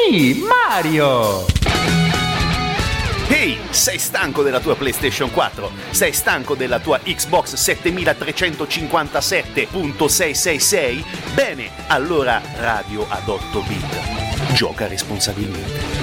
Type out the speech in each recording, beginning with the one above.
Sì, Mario! Ehi, sei stanco della tua PlayStation 4? Sei stanco della tua Xbox 7357.666? Bene, allora Radio ad 8 bit. Gioca responsabilmente.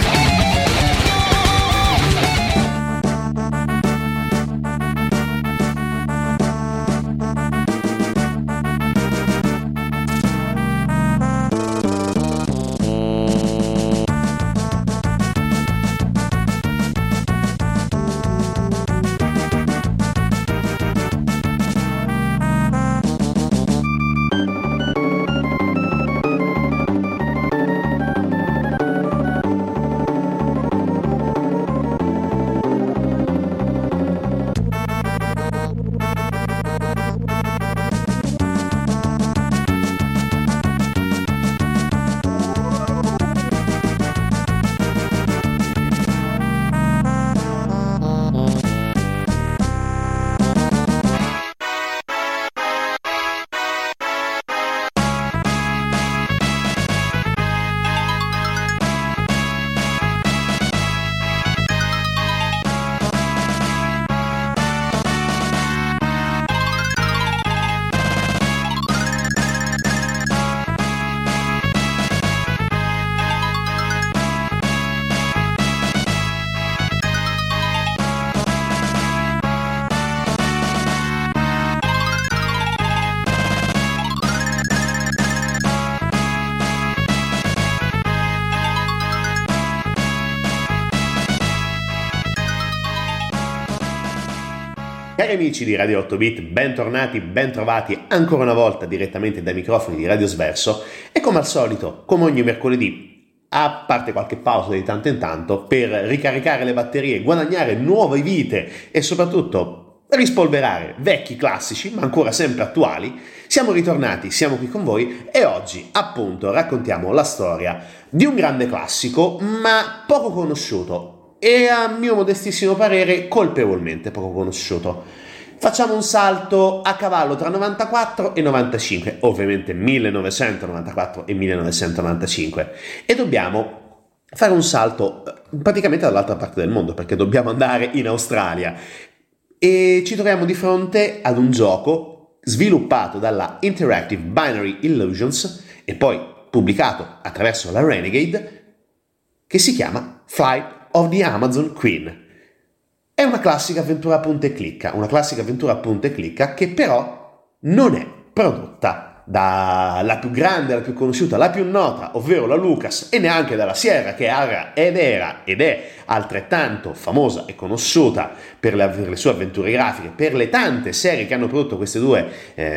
Cari amici di Radio 8 Bit, bentornati, bentrovati ancora una volta direttamente dai microfoni di Radio Sverso e come al solito, come ogni mercoledì, a parte qualche pausa di tanto in tanto, per ricaricare le batterie, guadagnare nuove vite e soprattutto rispolverare vecchi classici ma ancora sempre attuali, siamo ritornati, siamo qui con voi e oggi appunto raccontiamo la storia di un grande classico ma poco conosciuto. E a mio modestissimo parere colpevolmente poco conosciuto. Facciamo un salto a cavallo tra 94 e 95, ovviamente 1994 e 1995, e dobbiamo fare un salto praticamente dall'altra parte del mondo, perché dobbiamo andare in Australia e ci troviamo di fronte ad un gioco sviluppato dalla Interactive Binary Illusions e poi pubblicato attraverso la Renegade, che si chiama Flight of the Amazon Queen. È una classica avventura punta e clicca, che però non è prodotta dalla più grande, la più conosciuta, la più nota, ovvero la Lucas, e neanche dalla Sierra, che era ed è altrettanto famosa e conosciuta per le sue avventure grafiche, per le tante serie che hanno prodotto questi due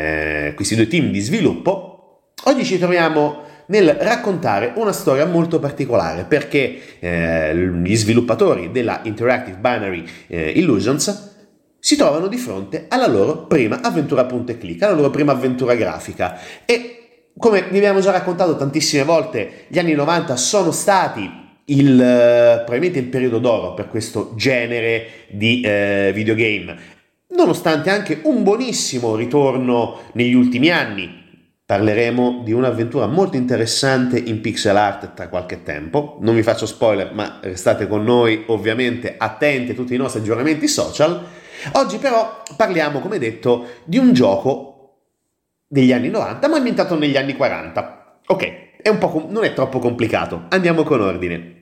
team di sviluppo. Oggi ci troviamo nel raccontare una storia molto particolare, perché gli sviluppatori della Interactive Binary Illusions si trovano di fronte alla loro prima avventura punta e clic, alla loro prima avventura grafica. E come vi abbiamo già raccontato tantissime volte, gli anni 90 sono stati probabilmente il periodo d'oro per questo genere di videogame, nonostante anche un buonissimo ritorno negli ultimi anni. Parleremo di un'avventura molto interessante in pixel art tra qualche tempo. Non vi faccio spoiler, ma restate con noi, ovviamente attenti a tutti i nostri aggiornamenti social. Oggi però parliamo, come detto, di un gioco degli anni 90, ma ambientato negli anni 40. Ok, non è troppo complicato. Andiamo con ordine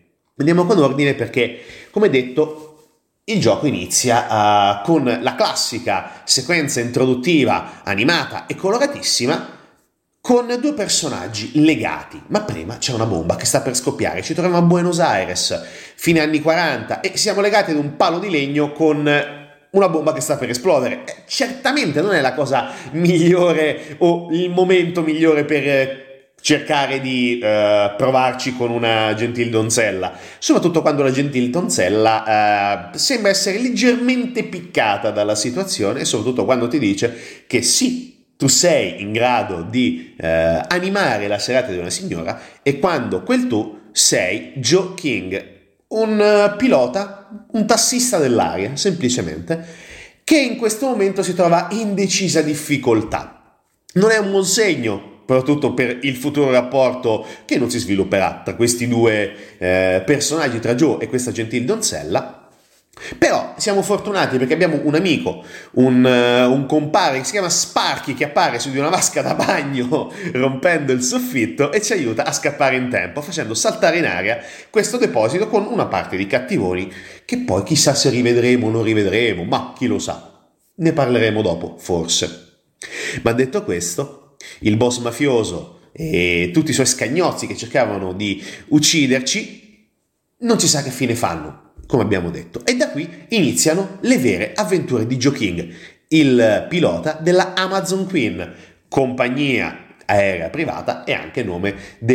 perché, come detto, il gioco inizia con la classica sequenza introduttiva animata e coloratissima, con due personaggi legati, ma prima c'è una bomba che sta per scoppiare. Ci troviamo a Buenos Aires, fine anni 40, e siamo legati ad un palo di legno con una bomba che sta per esplodere. Certamente non è la cosa migliore o il momento migliore per cercare di provarci con una gentil donzella, soprattutto quando la gentil donzella sembra essere leggermente piccata dalla situazione, e soprattutto quando ti dice che sì, tu sei in grado di animare la serata di una signora, e quando quel tu sei Joe King, un pilota, un tassista dell'aria, semplicemente, che in questo momento si trova in decisa difficoltà. Non è un buon segno soprattutto per il futuro rapporto che non si svilupperà tra questi due personaggi, tra Joe e questa gentile donzella. Però siamo fortunati perché abbiamo un amico, un compare che si chiama Sparky, che appare su di una vasca da bagno rompendo il soffitto e ci aiuta a scappare in tempo, facendo saltare in aria questo deposito con una parte di cattivoni che poi chissà se rivedremo o non rivedremo, ma chi lo sa, ne parleremo dopo, forse. Ma detto questo, il boss mafioso e tutti i suoi scagnozzi che cercavano di ucciderci non si sa che fine fanno, come abbiamo detto, e da qui iniziano le vere avventure di Joe King, il pilota della Amazon Queen, compagnia aerea privata e anche nome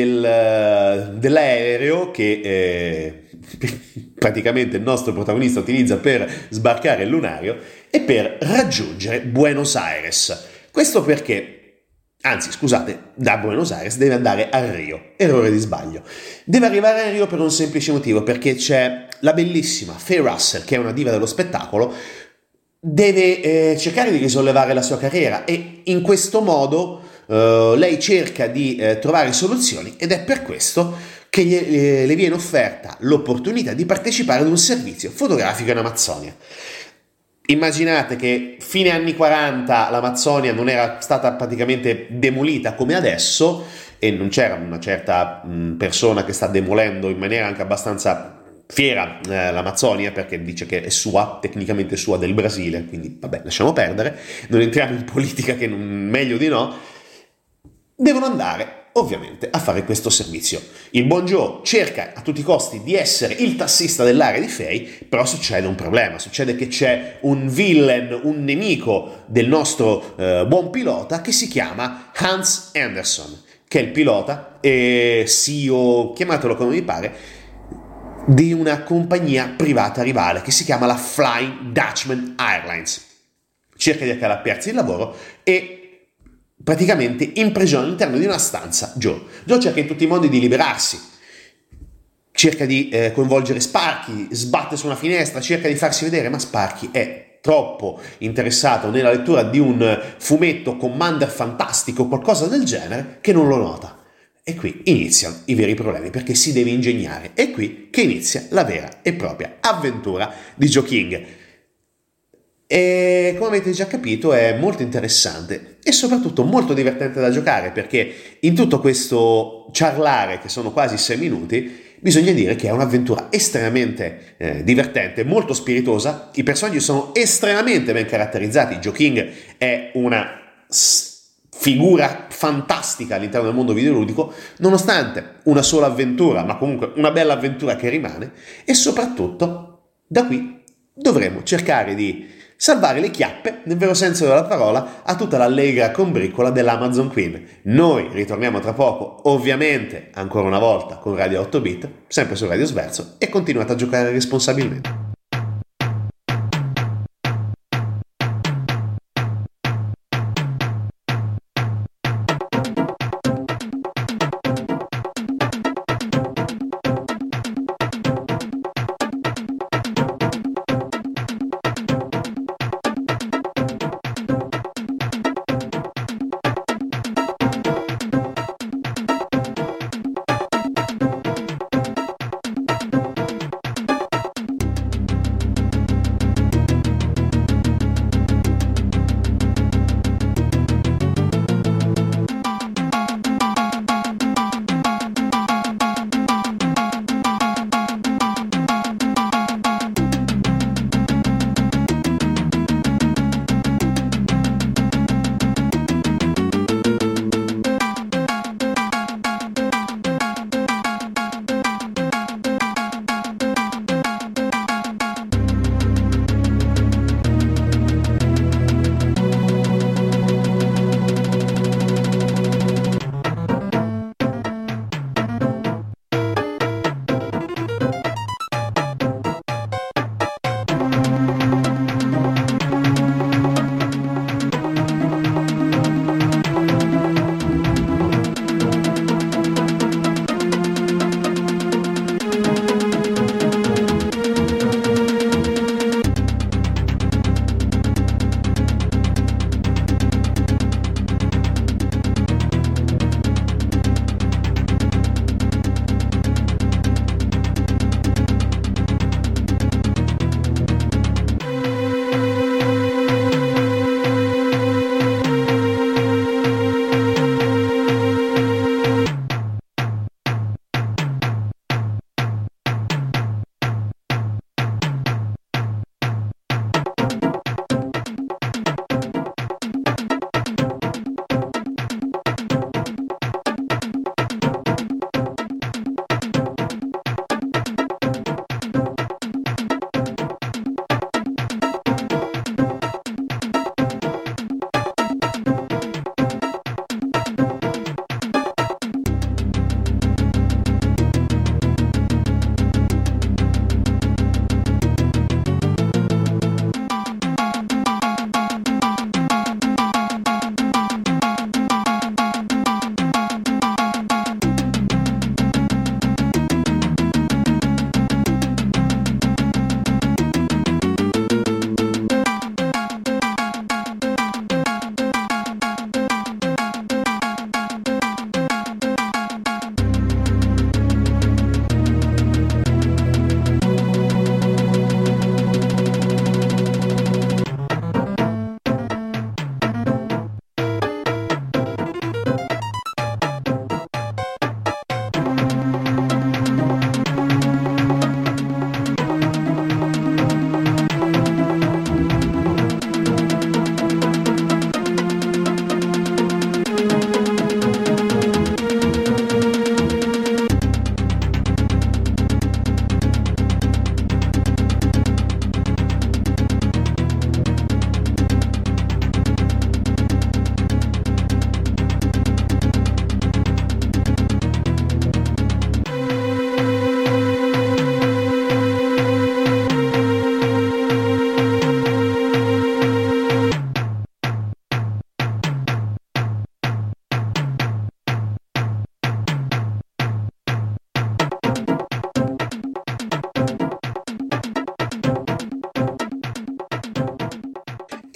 dell'aereo che praticamente il nostro protagonista utilizza per sbarcare il lunario e per raggiungere Buenos Aires. Questo perché, anzi, scusate, da Buenos Aires deve andare a Rio. Errore di sbaglio. Deve arrivare a Rio per un semplice motivo, perché c'è la bellissima Faye Russell, che è una diva dello spettacolo, deve cercare di risollevare la sua carriera e in questo modo lei cerca di trovare soluzioni ed è per questo che le viene offerta l'opportunità di partecipare ad un servizio fotografico in Amazzonia. Immaginate che fine anni 40 l'Amazzonia non era stata praticamente demolita come adesso e non c'era una certa persona che sta demolendo in maniera anche abbastanza fiera l'Amazzonia, perché dice che è sua, tecnicamente sua, del Brasile, quindi vabbè, lasciamo perdere, non entriamo in politica, che meglio di no. Devono andare ovviamente a fare questo servizio. Il buon Joe cerca a tutti i costi di essere il tassista dell'area di Faye, però succede un problema, succede che c'è un villain, un nemico del nostro buon pilota che si chiama Hans Anderson, che è il pilota e CEO, chiamatelo come vi pare, di una compagnia privata rivale che si chiama la Flying Dutchman Airlines. Cerca di accalappiarsi il lavoro e praticamente imprigiona all'interno di una stanza Joe. Joe cerca in tutti i modi di liberarsi, cerca di coinvolgere Sparky, sbatte su una finestra, cerca di farsi vedere, ma Sparky è troppo interessato nella lettura di un fumetto Commander fantastico, qualcosa del genere, che non lo nota. E qui iniziano i veri problemi, perché si deve ingegnare. È qui che inizia la vera e propria avventura di Joe King. E come avete già capito è molto interessante e soprattutto molto divertente da giocare, perché in tutto questo ciarlare, che sono quasi 6 minuti, bisogna dire che è un'avventura estremamente divertente, molto spiritosa. I personaggi sono estremamente ben caratterizzati. Joe King è una figura fantastica all'interno del mondo videoludico, nonostante una sola avventura, ma comunque una bella avventura che rimane. E soprattutto da qui dovremo cercare di salvare le chiappe, nel vero senso della parola, a tutta l'allegra combriccola dell'Amazon Queen. Noi ritorniamo tra poco, ovviamente, ancora una volta, con Radio 8 Bit, sempre su Radio Sverso, e continuate a giocare responsabilmente.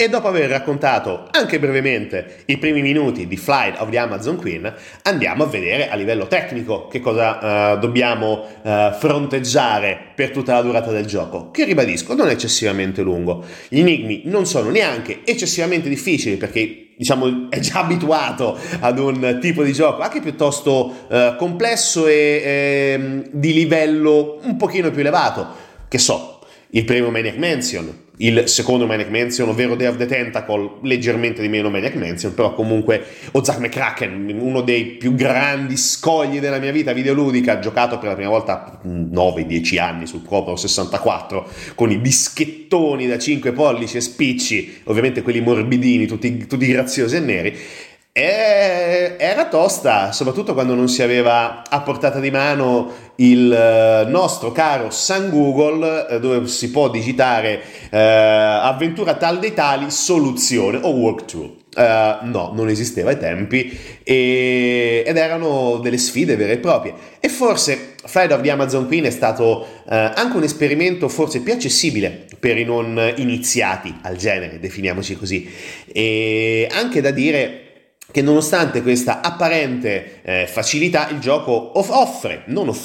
E dopo aver raccontato anche brevemente i primi minuti di Flight of the Amazon Queen, andiamo a vedere a livello tecnico che cosa dobbiamo fronteggiare per tutta la durata del gioco, che ribadisco non è eccessivamente lungo. Gli enigmi non sono neanche eccessivamente difficili, perché diciamo è già abituato ad un tipo di gioco anche piuttosto complesso e di livello un pochino più elevato, che so, il primo Maniac Mansion, il secondo Maniac Mansion, ovvero Day of the Tentacle, leggermente di meno Maniac Mansion, però comunque, o Zack McCracken, uno dei più grandi scogli della mia vita videoludica, giocato per la prima volta 9-10 anni sul proprio 64, con i dischettoni da 5 pollici e spicci, ovviamente quelli morbidini, tutti graziosi e neri. Era tosta, soprattutto quando non si aveva a portata di mano il nostro caro San Google, dove si può digitare avventura tal dei tali soluzione o walkthrough. No, non esisteva ai tempi ed erano delle sfide vere e proprie. E forse Flight of the Amazon Queen è stato anche un esperimento forse più accessibile per i non iniziati al genere, definiamoci così. E anche da dire che nonostante questa apparente facilità, il gioco offre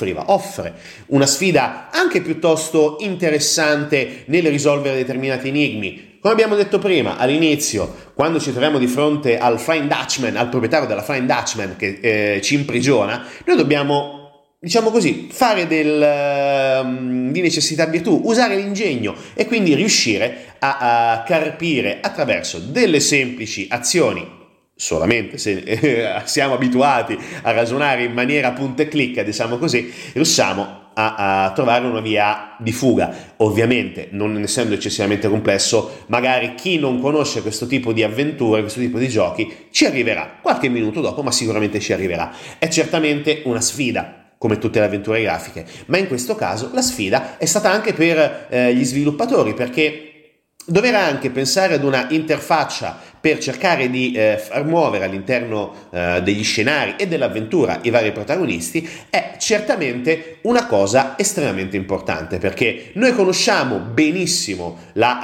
una sfida anche piuttosto interessante nel risolvere determinati enigmi. Come abbiamo detto prima, all'inizio, quando ci troviamo di fronte al Flying Dutchman, al proprietario della Flying Dutchman che ci imprigiona, noi dobbiamo, diciamo così, fare di necessità virtù, usare l'ingegno e quindi riuscire a carpire attraverso delle semplici azioni. Solamente se siamo abituati a ragionare in maniera punta e clicca, diciamo così, riusciamo a trovare una via di fuga. Ovviamente, non essendo eccessivamente complesso, magari chi non conosce questo tipo di avventure, questo tipo di giochi, ci arriverà qualche minuto dopo, ma sicuramente ci arriverà. È certamente una sfida, come tutte le avventure grafiche, ma in questo caso la sfida è stata anche per gli sviluppatori, perché dover anche pensare ad una interfaccia per cercare di far muovere all'interno degli scenari e dell'avventura i vari protagonisti è certamente una cosa estremamente importante, perché noi conosciamo benissimo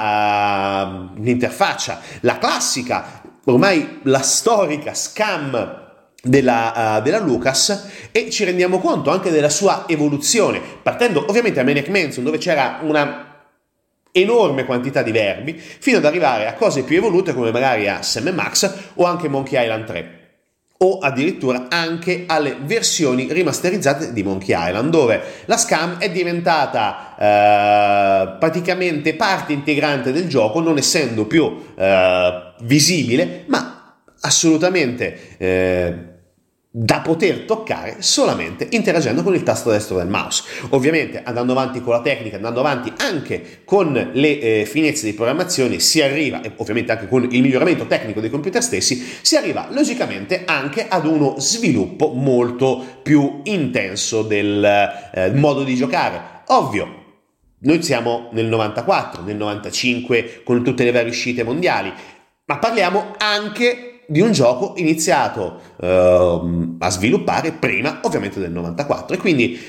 l'interfaccia, la classica, ormai la storica SCAM della Lucas, e ci rendiamo conto anche della sua evoluzione, partendo ovviamente da Maniac Mansion, dove c'era una enorme quantità di verbi, fino ad arrivare a cose più evolute come magari a Sam & Max o anche Monkey Island 3, o addirittura anche alle versioni rimasterizzate di Monkey Island, dove la SCAM è diventata praticamente parte integrante del gioco, non essendo più visibile, ma assolutamente da poter toccare solamente interagendo con il tasto destro del mouse. Ovviamente, andando avanti con la tecnica, andando avanti anche con le finezze di programmazione, si arriva, e ovviamente anche con il miglioramento tecnico dei computer stessi, si arriva logicamente anche ad uno sviluppo molto più intenso del modo di giocare. Ovvio, noi siamo nel 94, nel 95 con tutte le varie uscite mondiali, ma parliamo anche di un gioco iniziato a sviluppare prima ovviamente del 94, e quindi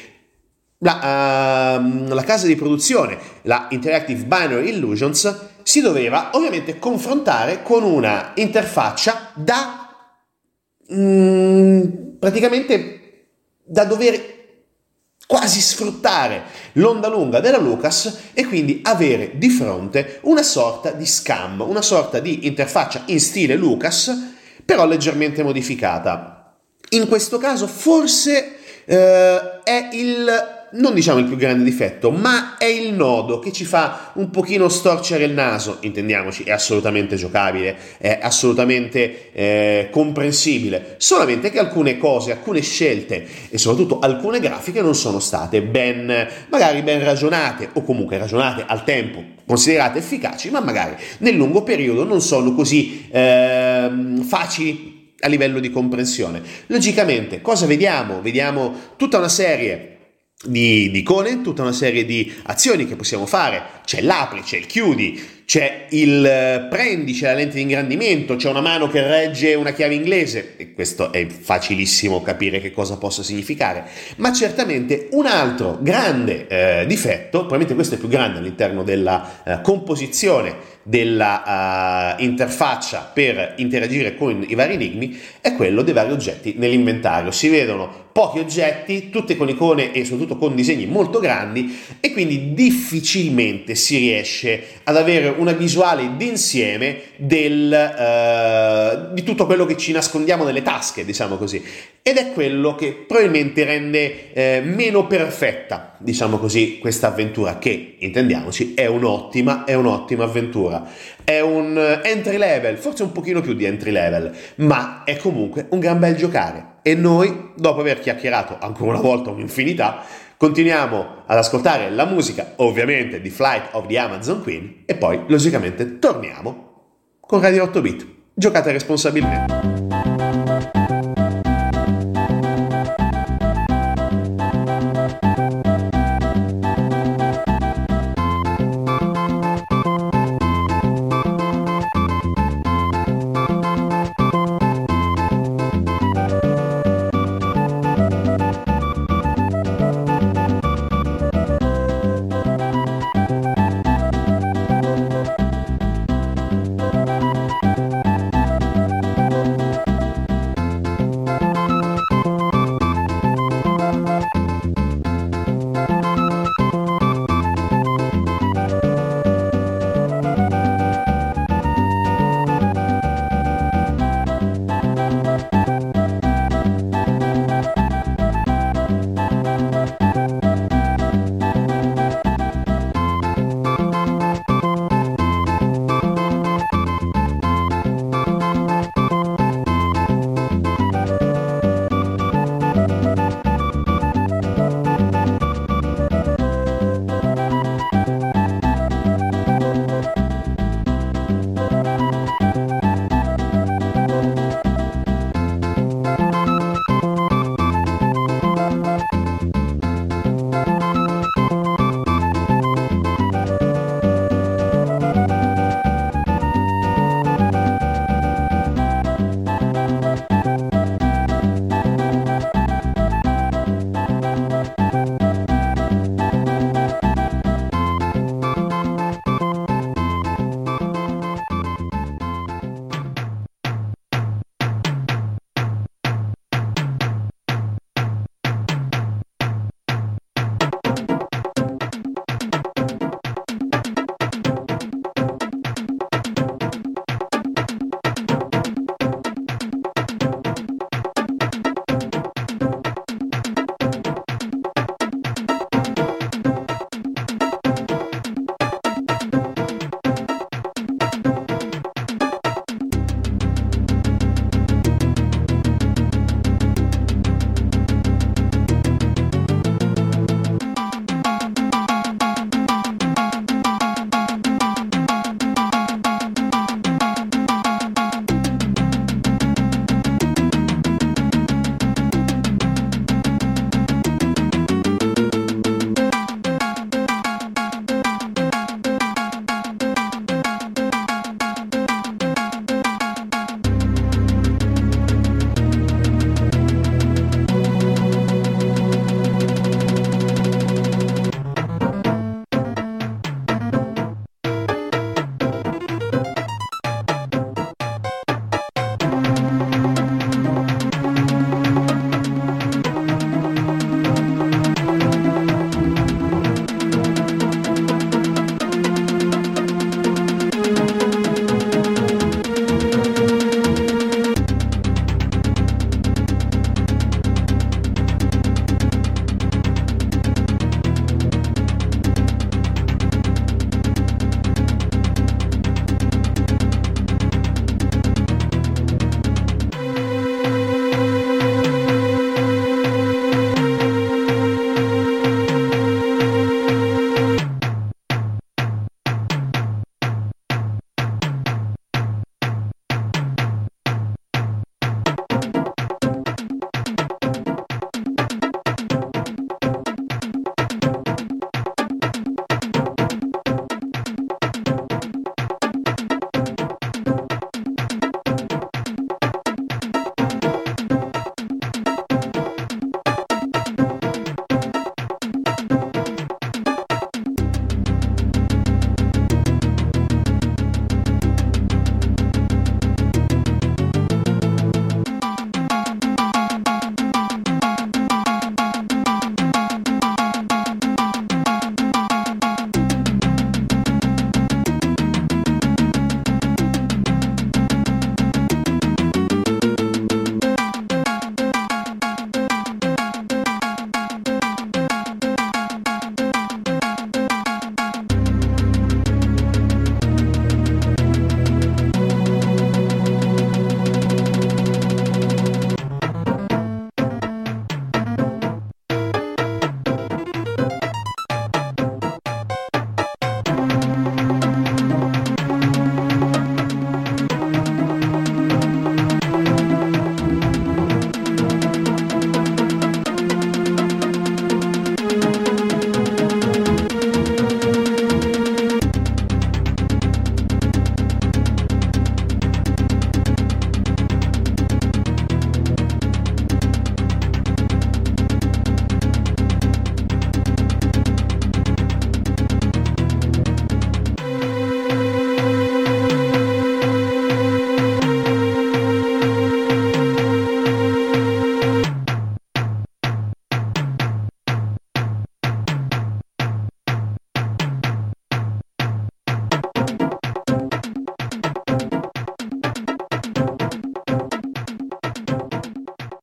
la casa di produzione, la Interactive Binary Illusions, si doveva ovviamente confrontare con una interfaccia praticamente da dover quasi sfruttare l'onda lunga della Lucas, e quindi avere di fronte una sorta di SCAM, una sorta di interfaccia in stile Lucas, però leggermente modificata. In questo caso forse è non diciamo il più grande difetto, ma è il nodo che ci fa un pochino storcere il naso. Intendiamoci, è assolutamente giocabile, è assolutamente comprensibile, solamente che alcune cose, alcune scelte e soprattutto alcune grafiche non sono state magari ben ragionate, o comunque ragionate al tempo, considerate efficaci, ma magari nel lungo periodo non sono così facili a livello di comprensione. Logicamente cosa vediamo? Vediamo tutta una serie di icone, tutta una serie di azioni che possiamo fare. C'è l'apri, c'è il chiudi, c'è il prendi, c'è la lente di ingrandimento, c'è una mano che regge una chiave inglese, e questo è facilissimo capire che cosa possa significare. Ma certamente un altro grande difetto, probabilmente questo è più grande all'interno della composizione della interfaccia per interagire con i vari enigmi è quello dei vari oggetti nell'inventario. Si vedono pochi oggetti, tutte con icone e soprattutto con disegni molto grandi, e quindi difficilmente si riesce ad avere una visuale d'insieme di tutto quello che ci nascondiamo nelle tasche, diciamo così, ed è quello che probabilmente rende meno perfetta, diciamo così, questa avventura, che, intendiamoci, è un'ottima avventura. È un entry level, forse un pochino più di entry level, ma è comunque un gran bel giocare. E noi, dopo aver chiacchierato ancora una volta un'infinità, continuiamo ad ascoltare la musica, ovviamente, di Flight of the Amazon Queen, e poi, logicamente, torniamo con Radio 8 Bit. Giocate responsabilmente.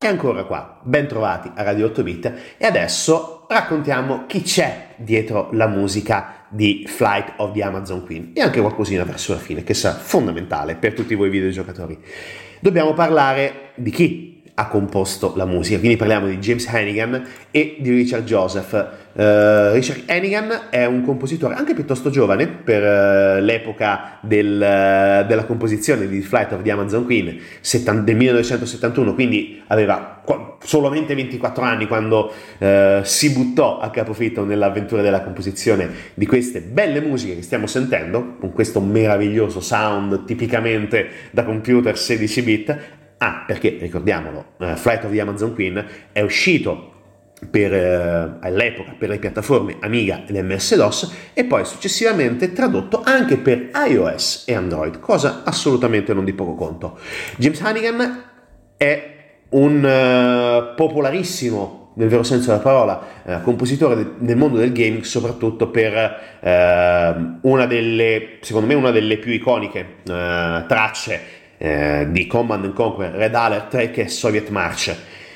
è ancora qua, ben trovati a Radio 8 Bit e adesso raccontiamo chi c'è dietro la musica di Flight of the Amazon Queen e anche qualcosina verso la fine che sarà fondamentale per tutti voi videogiocatori. Dobbiamo parlare di chi ha composto la musica, quindi parliamo di James Hannigan e di Richard Joseph. Richard Hannigan è un compositore anche piuttosto giovane per l'epoca della composizione di Flight of the Amazon Queen del 1971, quindi aveva solamente 24 anni quando si buttò a capofitto nell'avventura della composizione di queste belle musiche che stiamo sentendo, con questo meraviglioso sound tipicamente da computer 16 bit. Perché, ricordiamolo, Flight of the Amazon Queen è uscito all'epoca per le piattaforme Amiga ed MS-DOS e poi successivamente tradotto anche per iOS e Android, cosa assolutamente non di poco conto. James Hannigan è un popolarissimo, nel vero senso della parola, compositore nel mondo del gaming, soprattutto per secondo me una delle più iconiche tracce di Command & Conquer Red Alert 3, che è Soviet March,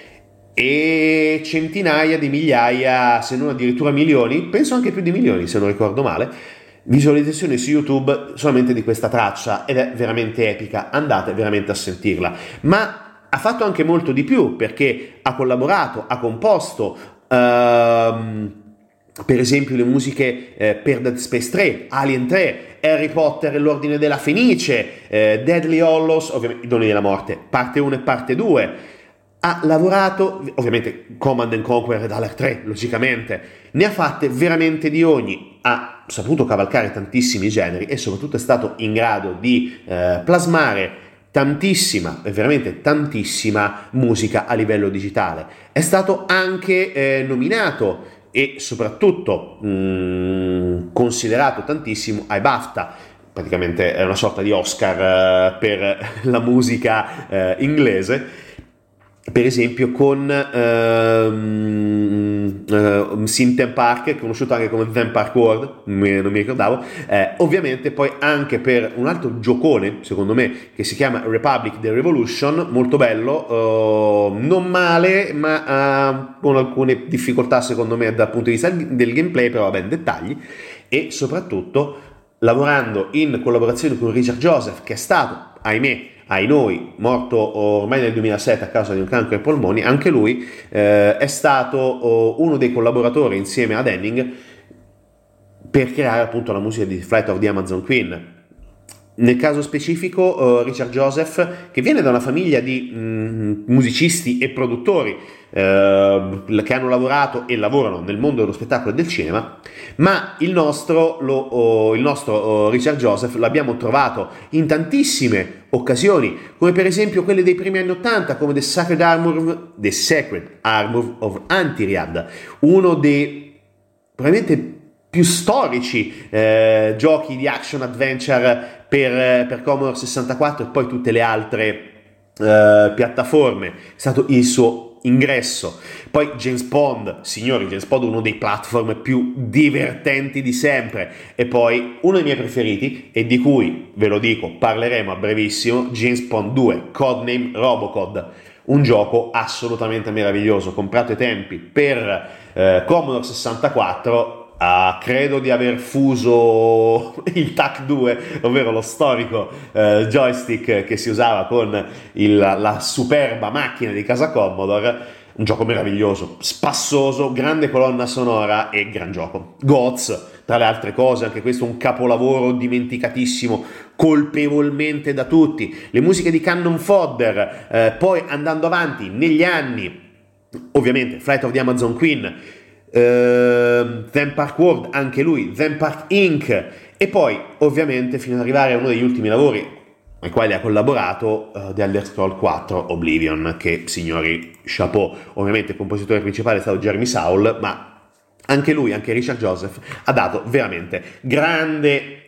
e centinaia di migliaia, se non addirittura milioni, penso anche più di milioni se non ricordo male, visualizzazioni su YouTube solamente di questa traccia, ed è veramente epica, andate veramente a sentirla. Ma ha fatto anche molto di più, perché ha collaborato, ha composto per esempio le musiche per Dead Space 3, Alien 3, Harry Potter e l'Ordine della Fenice, Deadly Hallows, ovviamente I Doni della Morte, parte 1 e parte 2. Ha lavorato, ovviamente, Command & Conquer Red Alert 3, logicamente, ne ha fatte veramente di ogni, ha saputo cavalcare tantissimi generi e soprattutto è stato in grado di plasmare tantissima, veramente tantissima musica a livello digitale. È stato anche nominato e soprattutto considerato tantissimo ai BAFTA, praticamente è una sorta di Oscar per la musica inglese, per esempio con Sim Theme Park, conosciuto anche come Theme Park World, non mi ricordavo, ovviamente poi anche per un altro giocone, secondo me, che si chiama Republic the Revolution, molto bello, non male, ma con alcune difficoltà secondo me dal punto di vista del gameplay, però vabbè, dettagli, e soprattutto lavorando in collaborazione con Richard Joseph, che è stato, ahimè, ai noi, morto ormai nel 2007 a causa di un cancro ai polmoni. Anche lui è stato uno dei collaboratori insieme ad Henning per creare appunto la musica di Flight of the Amazon Queen. Nel caso specifico Richard Joseph, che viene da una famiglia di musicisti e produttori che hanno lavorato e lavorano nel mondo dello spettacolo e del cinema, ma il nostro Richard Joseph l'abbiamo trovato in tantissime occasioni, come per esempio quelle dei primi anni 80, come The Sacred Armor of Antiriad, uno dei probabilmente più storici giochi di action adventure per Commodore 64 e poi tutte le altre piattaforme. È stato il suo ingresso. Poi James Bond, signori, James Bond, uno dei platform più divertenti di sempre, e poi uno dei miei preferiti, e di cui, ve lo dico, parleremo a brevissimo, James Bond 2, Codename Robocod, un gioco assolutamente meraviglioso, comprato ai tempi per Commodore 64. Credo di aver fuso il TAC2, ovvero lo storico joystick che si usava con la superba macchina di casa Commodore. Un gioco meraviglioso, spassoso, grande colonna sonora e gran gioco. Goz, tra le altre cose, anche questo un capolavoro dimenticatissimo colpevolmente da tutti. Le musiche di Cannon Fodder, poi andando avanti negli anni, ovviamente Flight of the Amazon Queen, Theme Park World, anche lui, Theme Park Inc., e poi ovviamente fino ad arrivare a uno degli ultimi lavori ai quali ha collaborato, The Elder Scrolls 4 Oblivion, che, signori, chapeau. Ovviamente il compositore principale è stato Jeremy Saul, ma anche lui, anche Richard Joseph, ha dato veramente grande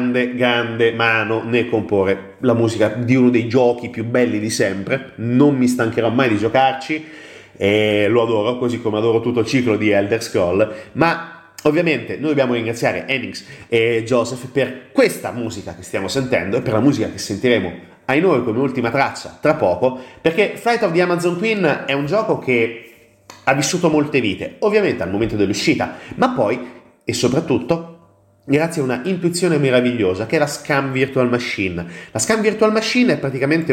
mano nel comporre la musica di uno dei giochi più belli di sempre. Non mi stancherò mai di giocarci e lo adoro, così come adoro tutto il ciclo di Elder Scroll. Ma ovviamente noi dobbiamo ringraziare Henning e Joseph per questa musica che stiamo sentendo e per la musica che sentiremo ai noi come ultima traccia tra poco, perché Flight of the Amazon Queen è un gioco che ha vissuto molte vite, ovviamente al momento dell'uscita, ma poi e soprattutto grazie a una intuizione meravigliosa che è la Scam Virtual Machine. La Scam Virtual Machine è praticamente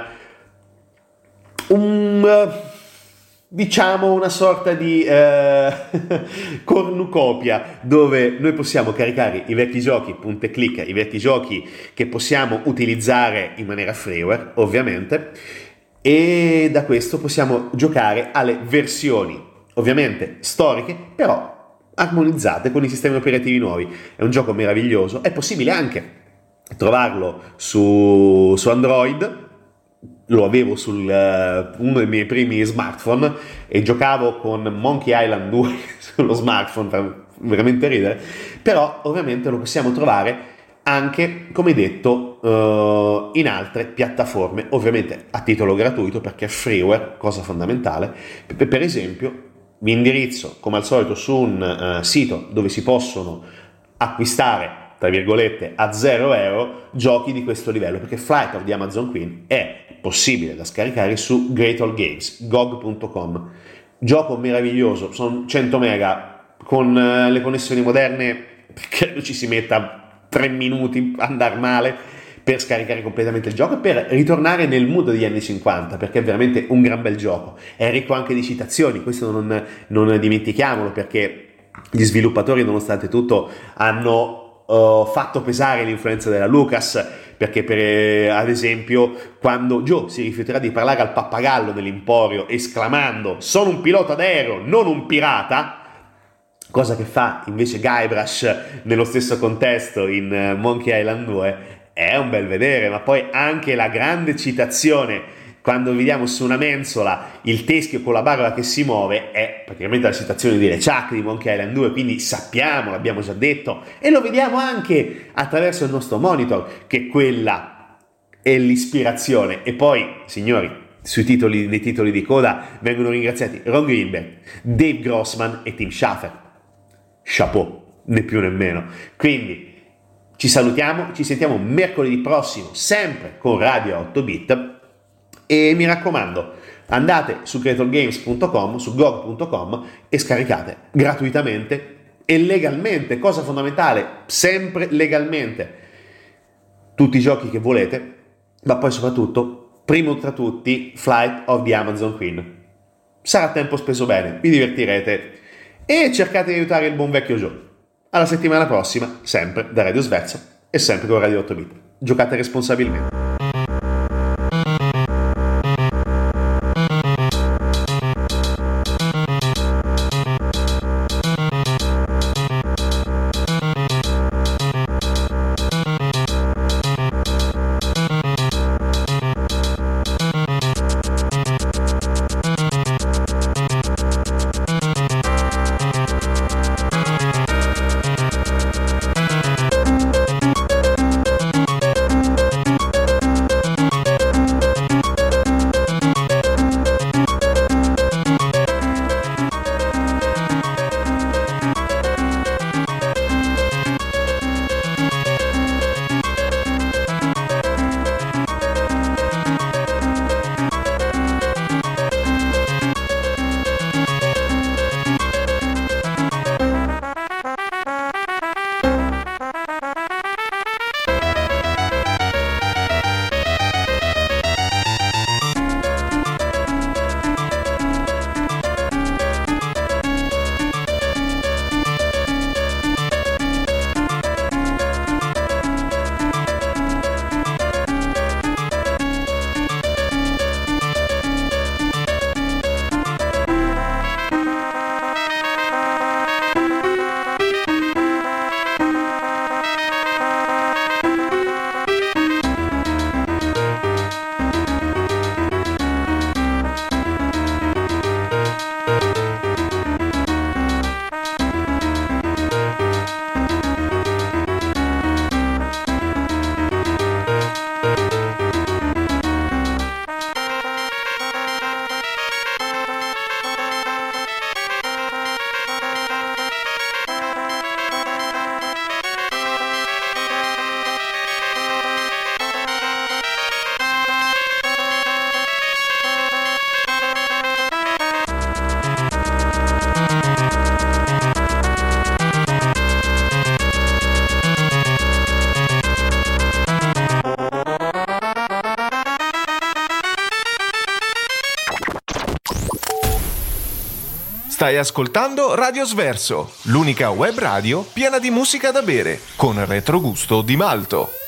diciamo una sorta di cornucopia dove noi possiamo caricare i vecchi giochi punta e clic, i vecchi giochi che possiamo utilizzare in maniera freeware ovviamente, e da questo possiamo giocare alle versioni ovviamente storiche però armonizzate con i sistemi operativi nuovi. È un gioco meraviglioso, è possibile anche trovarlo su Android. Lo avevo su uno dei miei primi smartphone e giocavo con Monkey Island 2 sullo smartphone, fa veramente ridere, però ovviamente lo possiamo trovare anche, come detto, in altre piattaforme, ovviamente a titolo gratuito perché è freeware, cosa fondamentale. Per esempio vi indirizzo come al solito su un sito dove si possono acquistare tra virgolette a 0 euro giochi di questo livello, perché Flight of the Amazon Queen è possibile da scaricare su Great All Games, gog.com. Gioco meraviglioso, sono 100 mega con le connessioni moderne, credo ci si metta 3 minuti a andare male per scaricare completamente il gioco e per ritornare nel mood degli anni 50, perché è veramente un gran bel gioco. È ricco anche di citazioni, questo non dimentichiamolo, perché gli sviluppatori nonostante tutto hanno fatto pesare l'influenza della Lucas, perché ad esempio quando Joe si rifiuterà di parlare al pappagallo nell'Emporio esclamando sono un pilota d'aereo, non un pirata, cosa che fa invece Guybrush nello stesso contesto in Monkey Island 2, è un bel vedere. Ma poi anche la grande citazione quando vediamo su una mensola il teschio con la barba che si muove è praticamente la citazione di LeChuck di Monkey Island 2, quindi sappiamo, l'abbiamo già detto, e lo vediamo anche attraverso il nostro monitor che quella è l'ispirazione. E poi, signori, nei titoli di coda vengono ringraziati Ron Greenberg, Dave Grossman e Tim Schafer. Chapeau, né più né meno. Quindi ci salutiamo, ci sentiamo mercoledì prossimo sempre con Radio 8 Bit. E mi raccomando, andate su creatorgames.com, su gog.com e scaricate gratuitamente e legalmente, cosa fondamentale, sempre legalmente, tutti i giochi che volete, ma poi soprattutto, primo tra tutti, Flight of the Amazon Queen. Sarà tempo speso bene, vi divertirete e cercate di aiutare il buon vecchio Joe. Alla settimana prossima, sempre da Radio Sverso e sempre con Radio 8 Bit. Giocate responsabilmente. Stai ascoltando Radio Sverso, l'unica web radio piena di musica da bere, con retrogusto di malto.